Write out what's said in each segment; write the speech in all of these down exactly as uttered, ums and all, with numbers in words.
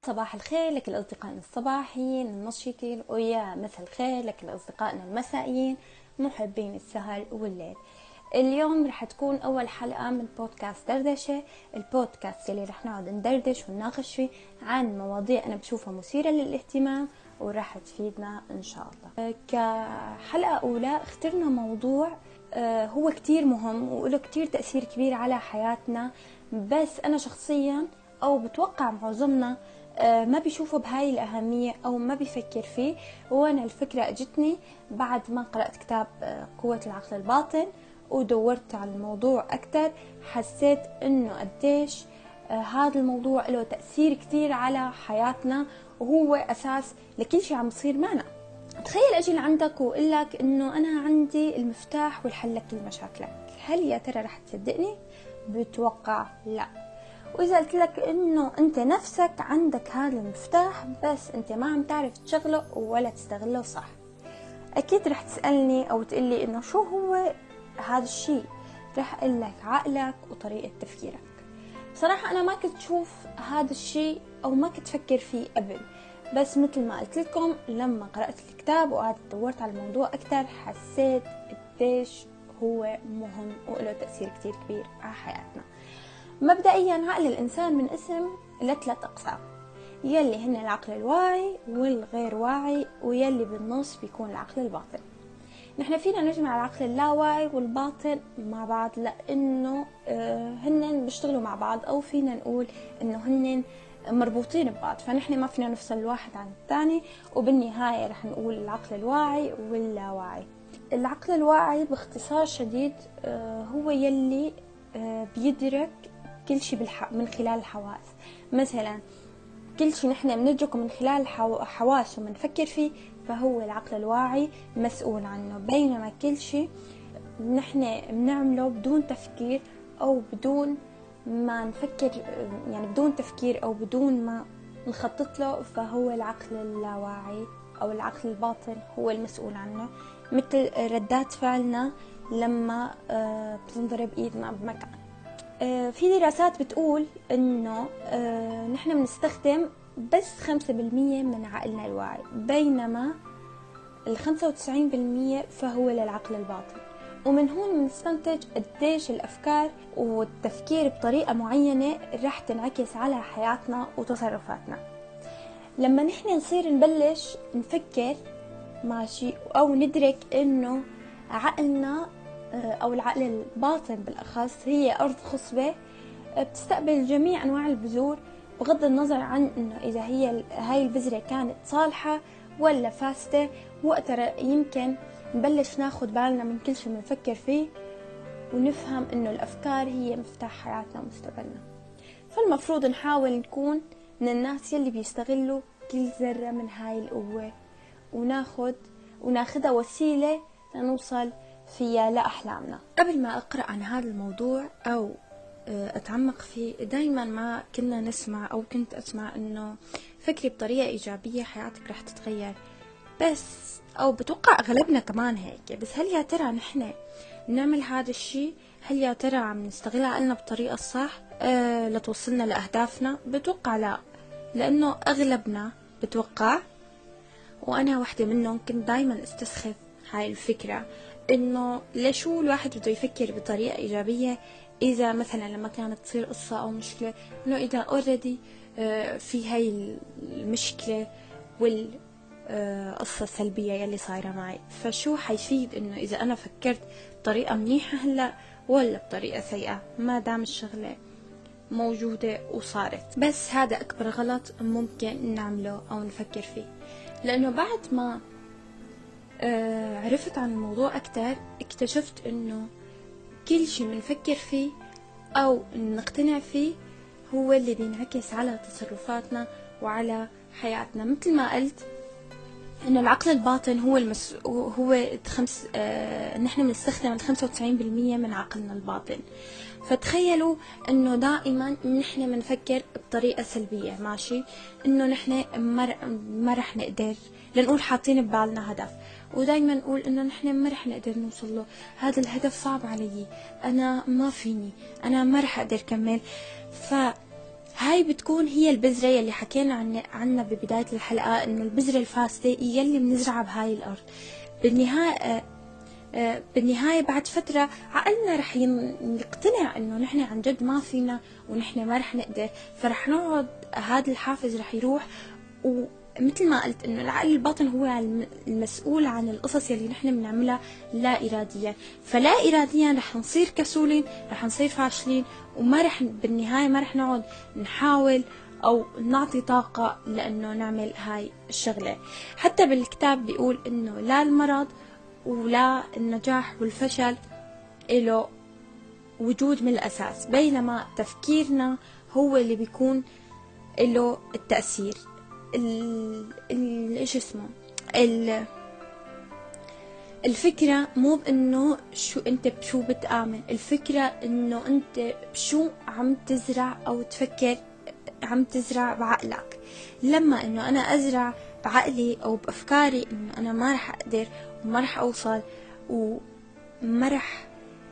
صباح الخير لكل أصدقائنا الصباحيين النشيطين، ويا مساء الخير لكل أصدقائنا المسائيين محبين السهر والليل. اليوم رح تكون أول حلقة من بودكاست دردشة، البودكاست اللي رح نقعد ندردش ونناقش فيه عن مواضيع أنا بشوفها مثيرة للاهتمام ورح تفيدنا إن شاء الله. كحلقة أولى اخترنا موضوع هو كتير مهم وله كتير تأثير كبير على حياتنا، بس أنا شخصيا أو بتوقع معظمنا ما بيشوفه بهاي الأهمية أو ما بيفكر فيه. وأنا الفكرة أجتني بعد ما قرأت كتاب قوة العقل الباطن ودورت على الموضوع أكتر، حسيت إنه قديش هذا الموضوع له تأثير كتير على حياتنا وهو أساس لكل شيء عم يصير معنا. تخيل أجي لعندك وأقول لك إنه أنا عندي المفتاح والحل لكل مشاكلك، هل يا ترى رح تصدقني؟ بتوقع لا. وإذا قلت لك إنه أنت نفسك عندك هذا المفتاح بس أنت ما عم تعرف تشغله ولا تستغله صح، أكيد رح تسألني أو تقلي إنه شو هو هذا الشيء. رح أقول لك عقلك وطريقة تفكيرك. بصراحة أنا ما كنت أشوف هذا الشيء أو ما كنت أفكر فيه قبل، بس مثل ما قلت لكم لما قرأت الكتاب وقعدت دورت على الموضوع أكتر حسيت قديش هو مهم وله تأثير كتير كبير على حياتنا. مبدئيا عقل الإنسان من اسم لثلاث أقسام، يلي هن العقل الواعي والغير واعي ويلي بالنص بيكون العقل الباطن. نحن فينا نجمع العقل اللاواعي والباطن مع بعض لأنه هن بيشتغلوا مع بعض، أو فينا نقول إنه هن مربوطين ببعض، فنحن ما فينا نفصل الواحد عن الثاني، وبالنهاية رح نقول العقل الواعي واللاواعي. العقل الواعي باختصار شديد هو يلي بيدرك كل شيء بالح... من خلال الحواس. مثلا كل شيء نحن بندركه من خلال الحواس ومنفكر فيه فهو العقل الواعي مسؤول عنه، بينما كل شيء نحن بنعمله بدون تفكير أو بدون ما نفكر، يعني بدون تفكير أو بدون ما نخطط له، فهو العقل اللاواعي أو العقل الباطن هو المسؤول عنه. مثل ردات فعلنا لما بتنضرب إيدنا بمكان. في دراسات بتقول إنه نحن بنستخدم بس خمسة بالمية من عقلنا الواعي، بينما الخمسة وتسعين بالمية فهو للعقل الباطن. ومن هون بنستنتج قديش الأفكار والتفكير بطريقة معينة رح تنعكس على حياتنا وتصرفاتنا. لما نحن نصير نبلش نفكر ماشي أو ندرك إنه عقلنا أو العقل الباطن بالأخص هي أرض خصبة بتستقبل جميع أنواع البذور، بغض النظر عن إنه إذا هي هاي البذرة كانت صالحة ولا فاسدة. وقتها يمكن نبلش ناخد بالنا من كل شيء بنفكر فيه ونفهم إنه الأفكار هي مفتاح حياتنا ومستقبلنا. فالمفروض نحاول نكون من الناس يلي بيستغلوا كل ذرة من هاي القوة وناخد وناخدها وسيلة لنوصل فيها لأحلامنا. قبل ما أقرأ عن هذا الموضوع أو أتعمق فيه، دايما ما كنا نسمع أو كنت أسمع إنه فكري بطريقة إيجابية حياتك رح تتغير، بس أو بتوقع أغلبنا كمان هيك. بس هل يا ترى نحن نعمل هذا الشيء؟ هل يا ترى عم نستغل عقلنا بطريقة الصح أه لتوصلنا لأهدافنا؟ بتوقع لا، لأنه أغلبنا بتوقع، وأنا واحدة منهم، كنت دايما استسخف هاي الفكرة إنه ليشو الواحد بده يفكر بطريقة إيجابية إذا مثلا لما كانت تصير قصة أو مشكلة، إنه إذا أوريدي في هاي المشكلة والقصة السلبية يلي صايرة معي، فشو حيفيد إنه إذا أنا فكرت بطريقة منيحة هلأ ولا بطريقة سيئة ما دام الشغلة موجودة وصارت. بس هذا أكبر غلط ممكن نعمله أو نفكر فيه، لأنه بعد ما آه عرفت عن الموضوع أكتر اكتشفت إنه كل شيء بنفكر فيه أو نقتنع فيه هو اللي بينعكس على تصرفاتنا وعلى حياتنا. مثل ما قلت إنه العقل الباطن هو المس... هو خمس آه... نحن بنستخدم الخمسة وتسعين بالمية من عقلنا الباطن. فتخيلوا إنه دائما نحن بنفكر بطريقة سلبية، ماشي إنه نحن ما ما رح نقدر، لنقول حاطين ببالنا هدف ودايما نقول إنه نحن ما رح نقدر نوصل له، هذا الهدف صعب علي، أنا ما فيني، أنا ما رح أقدر كمل. ف هاي بتكون هي البذرة يلي حكينا عن عنها ببداية الحلقة، إنه البذرة الفاسدة يلي بنزرعها بهاي الأرض. بالنهاية بالنهاية بعد فترة عقلنا رح يقتنع إنه نحن عن جد ما فينا ونحن ما رح نقدر، فرح نقعد هذا الحافز رح يروح. ومثل ما قلت إنه العقل الباطن هو المسؤول عن القصص يلي نحن بنعملها لا إراديا، فلا إراديا رح نصير كسولين، رح نصير فاشلين، وما رح بالنهاية ما رح نقعد نحاول أو نعطي طاقة لأنه نعمل هاي الشغلة. حتى بالكتاب بيقول إنه لا المرض ولا النجاح والفشل له وجود من الأساس، بينما تفكيرنا هو اللي بيكون له التأثير. ال ال إيش اسمه ال الفكرة مو بأنه شو أنت بشو بتآمن، الفكرة أنه أنت بشو عم تزرع أو تفكر عم تزرع بعقلك. لما أنه أنا أزرع بعقلي أو بأفكاري أنه أنا ما رح أقدر وما رح أوصل وما رح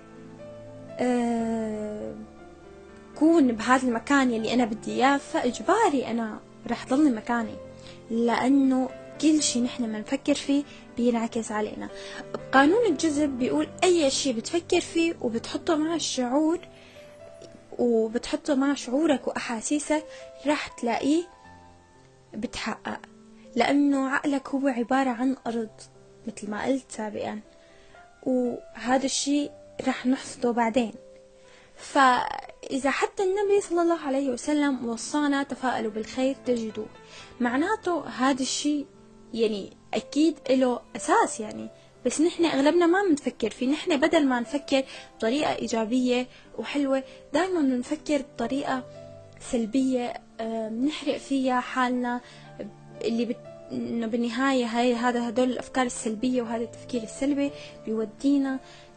أه كون بهذا المكان يلي أنا بدي إياه، فإجباري أنا رح ضلني مكاني، لأنه كل شي نحن ما نفكر فيه بينعكس علينا. قانون الجذب بيقول أي شي بتفكر فيه وبتحطه مع الشعور وبتحطه مع شعورك وأحاسيسك رح تلاقيه بتحقق، لأنه عقلك هو عبارة عن أرض مثل ما قلت سابقا، وهذا الشيء رح نحصده بعدين. فإذا حتى النبي صلى الله عليه وسلم وصانا تفاءلوا بالخير تجدوه، معناته هذا الشيء يعني أكيد له أساس يعني، بس نحن أغلبنا ما بنفكر فيه. نحن بدل ما نفكر بطريقة إيجابية وحلوة دائما بنفكر بطريقة سلبية بنحرق فيها حالنا، اللي بت... إنه بالنهاية هاي هذا هدول الأفكار السلبية وهذا التفكير السلبي بيودينا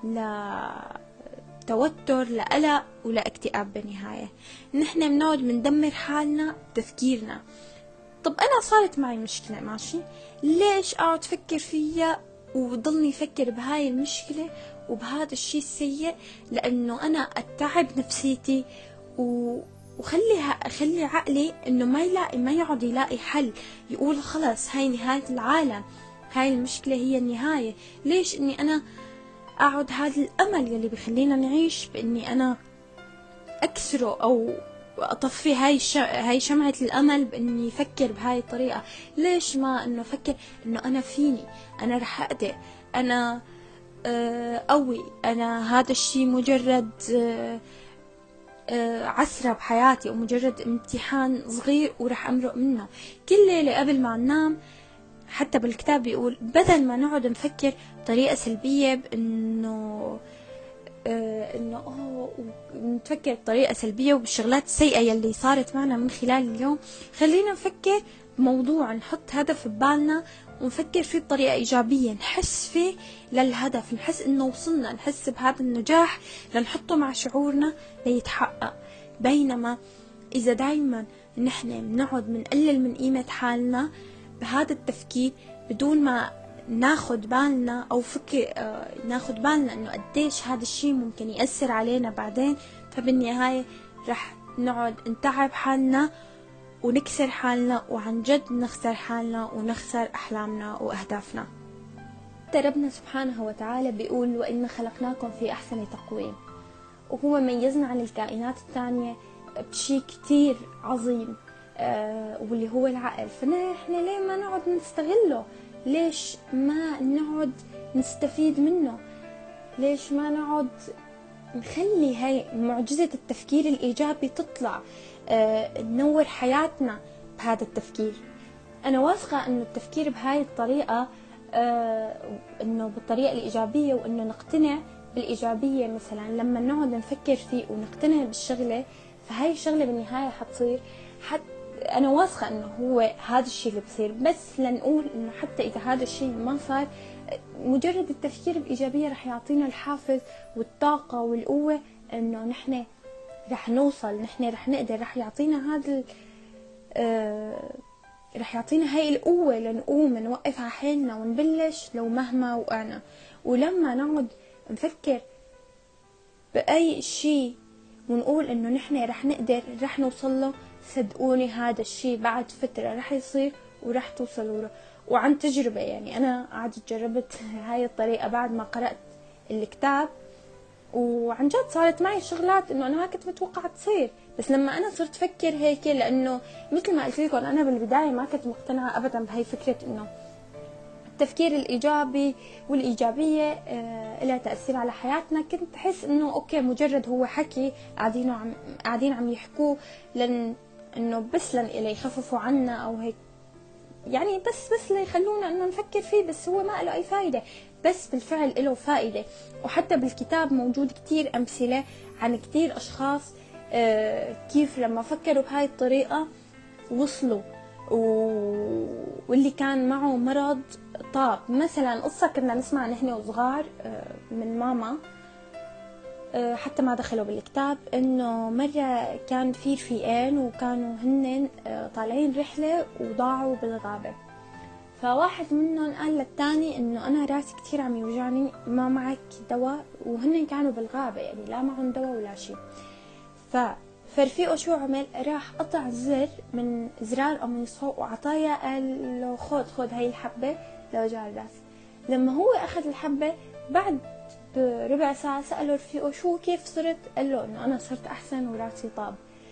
لتوتر لقلق ولاكتئاب. بالنهاية نحن بنقعد بندمر حالنا بتفكيرنا. طب أنا صارت معي مشكلة، ماشي، ليش أقعد أفكر فيها وضلني أفكر بهاي المشكلة وبهذا الشيء السيء؟ لأنه أنا أتعب نفسيتي و وخليها أخلي عقلي إنه ما يلاقي ما يقعد يلاقي حل، يقول خلاص هاي نهاية العالم، هاي المشكلة هي النهاية. ليش إني أنا أقعد هذا الأمل يلي بيخلينا نعيش بإني أنا أكسره أو أطفي هاي الش... هاي شمعة الأمل بإني أفكر بهاي الطريقة؟ ليش ما إنه أفكر إنه أنا فيني، أنا رح أقدر، أنا آه قوي، أنا هذا الشيء مجرد آه عسرة بحياتي ومجرد امتحان صغير ورح أمرق منه. كل ليلة قبل ما ننام حتى بالكتاب بيقول بدل ما نقعد نفكر بطريقة سلبية بأنه آه إنه أوه نفكر بطريقة سلبية وبالشغلات السيئة يلي صارت معنا من خلال اليوم، خلينا نفكر بموضوع، نحط هدف ببالنا ونفكر فيه بطريقة إيجابية، نحس فيه للهدف، نحس إنه وصلنا، نحس بهذا النجاح لنحطه مع شعورنا ليتحقق. بينما إذا دايما نحن بنقعد بنقلل من قيمة حالنا بهذا التفكير بدون ما ناخد بالنا أو فكر آه ناخد بالنا إنه قديش هذا الشيء ممكن يأثر علينا بعدين، فبالنهاية رح نقعد نتعب حالنا ونكسر حالنا وعن جد نخسر حالنا ونخسر أحلامنا وأهدافنا. ربنا سبحانه وتعالى بيقول وإن خلقناكم في أحسن تقويم، وهو ميزنا عن الكائنات الثانية بشيء كتير عظيم آه واللي هو العقل. فنحن ليه ما نقعد نستغله؟ ليش ما نقعد نستفيد منه؟ ليش ما نقعد نخلي هاي معجزة التفكير الإيجابي تطلع آه ننور حياتنا بهذا التفكير؟ أنا واثقة أنه التفكير بهاي الطريقة آه أنه بالطريقة الإيجابية وأنه نقتنع بالإيجابية، مثلا لما نقعد نفكر فيه ونقتنع بالشغلة فهاي الشغلة بالنهاية حتصير. حتى أنا واثقة أنه هو هذا الشيء اللي بصير، بس لنقول أنه حتى إذا هذا الشيء ما صار مجرد التفكير بإيجابية رح يعطينا الحافز والطاقة والقوة أنه نحن رح نوصل، نحن رح نقدر، رح يعطينا هذا آه رح يعطينا هاي القوة لنقوم نوقف على حالنا ونبلش لو مهما وقعنا. ولما نقعد نفكر بأي شيء ونقول إنه نحن رح نقدر رح نوصل له، صدقوني هذا الشيء بعد فترة رح يصير ورح توصلوا له. وعن تجربة يعني أنا قعدت جربت هاي الطريقة بعد ما قرأت الكتاب، وعن جد صارت معي شغلات إنه أنا ما كنت متوقعة تصير. بس لما أنا صرت أفكر هيك، لأنه مثل ما قلت لكم أنا بالبداية ما كنت مقتنعة أبدا بهاي فكرة إنه التفكير الإيجابي والإيجابية آه لها تأثير على حياتنا. كنت أحس إنه أوكي مجرد هو حكي قاعدين عم قاعدين عم يحكوه لن إنه بس لن إلى يخففوا عنا أو هيك، يعني بس بس ليخلونا إنه نفكر فيه، بس هو ما له أي فائدة. بس بالفعل له فائدة. وحتى بالكتاب موجود كتير أمثلة عن كتير أشخاص آه كيف لما فكروا بهاي الطريقة وصلوا، واللي كان معه مرض طاب. مثلا قصة كنا نسمع نحن وصغار من ماما حتى ما دخلوا بالكتاب، انه مرة كان في رفيقين وكانوا هن طالعين رحلة وضاعوا بالغابة. فواحد منهم قال للتاني انه انا راسي كتير عم يوجعني، ما معك دواء؟ وهن كانوا بالغابة يعني لا معهم دواء ولا شيء. ف فرفيقه شو عمل؟ راح قطع زر من زرار قميصه وعطايا، قال له خذ خذ هاي الحبة لوجع الراس. لما هو أخذ الحبة بعد بربع ساعة سأله رفيقه شو كيف صرت؟ قال له إنه أنا صرت أحسن وراسي طاب.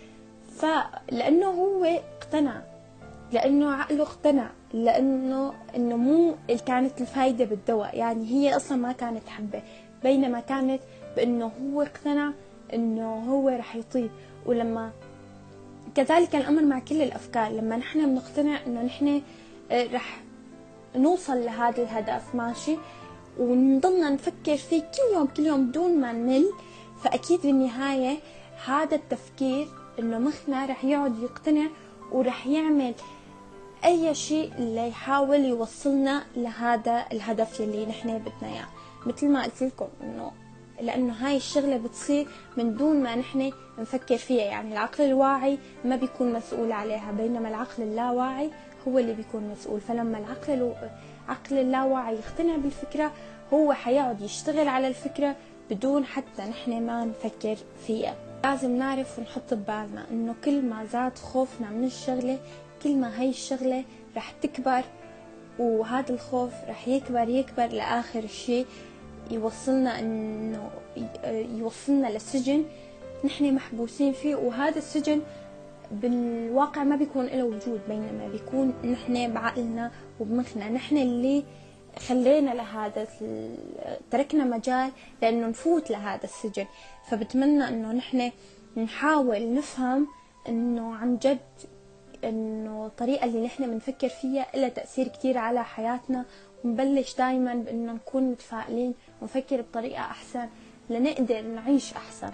فلأنه هو اقتنع، لأنه عقله اقتنع، لأنه إنه مو كانت الفايدة بالدواء، يعني هي أصلا ما كانت حبة، بينما كانت بإنه هو اقتنع إنه هو رح يطيب. ولما كذلك الأمر مع كل الأفكار، لما نحن بنقتنع إنه نحن رح نوصل لهذا الهدف ماشي ونضلنا نفكر فيه كل يوم كل يوم بدون ما نمل، فأكيد بالنهاية هذا التفكير إنه مخنا رح يقعد يقتنع ورح يعمل أي شيء اللي يحاول يوصلنا لهذا الهدف يلي نحن بدنا إياه. مثل ما قلت لكم إنه لأنه هاي الشغلة بتصير من دون ما نحن نفكر فيها، يعني العقل الواعي ما بيكون مسؤول عليها، بينما العقل اللاواعي هو اللي بيكون مسؤول. فلما العقل العقل اللاواعي يقتنع بالفكرة هو حيقعد يشتغل على الفكرة بدون حتى نحن ما نفكر فيها. لازم نعرف ونحط ببالنا إنه كل ما زاد خوفنا من الشغلة كل ما هاي الشغلة رح تكبر، وهذا الخوف رح يكبر يكبر لآخر شيء يوصلنا انه يوصلنا للسجن نحن محبوسين فيه. وهذا السجن بالواقع ما بيكون له وجود، بينما بيكون نحن بعقلنا وبمخنا نحن اللي خلينا لهذا، تركنا مجال لانه نفوت لهذا السجن. فبتمنى انه نحن نحاول نفهم انه عن جد انه الطريقة اللي نحن بنفكر فيها لها تأثير كتير على حياتنا، ونبلش دايما بانه نكون متفائلين ونفكر بطريقة احسن لنقدر نعيش احسن.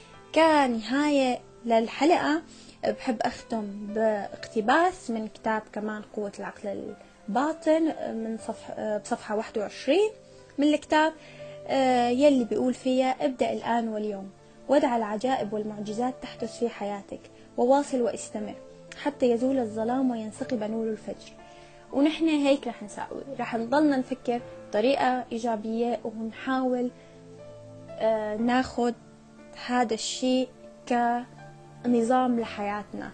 كنهاية للحلقة بحب اختم باقتباس من كتاب كمان قوة العقل الباطن من صفحة بصفحة واحد وعشرين من الكتاب يلي بيقول فيها: ابدأ الآن واليوم، ودع العجائب والمعجزات تحدث في حياتك، وواصل واستمر حتى يزول الظلام وينسقب نور الفجر. ونحن هيك رح نسوي، رح نضلنا نفكر بطريقة إيجابية ونحاول آه ناخد هذا الشيء كنظام لحياتنا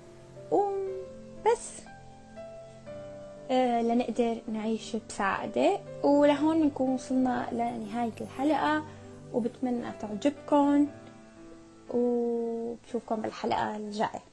وبس آه لنقدر نعيش بسعادة. ولهون بنكون وصلنا لنهاية الحلقة، وبتمنى تعجبكم وبشوفكم بالحلقة الجاية.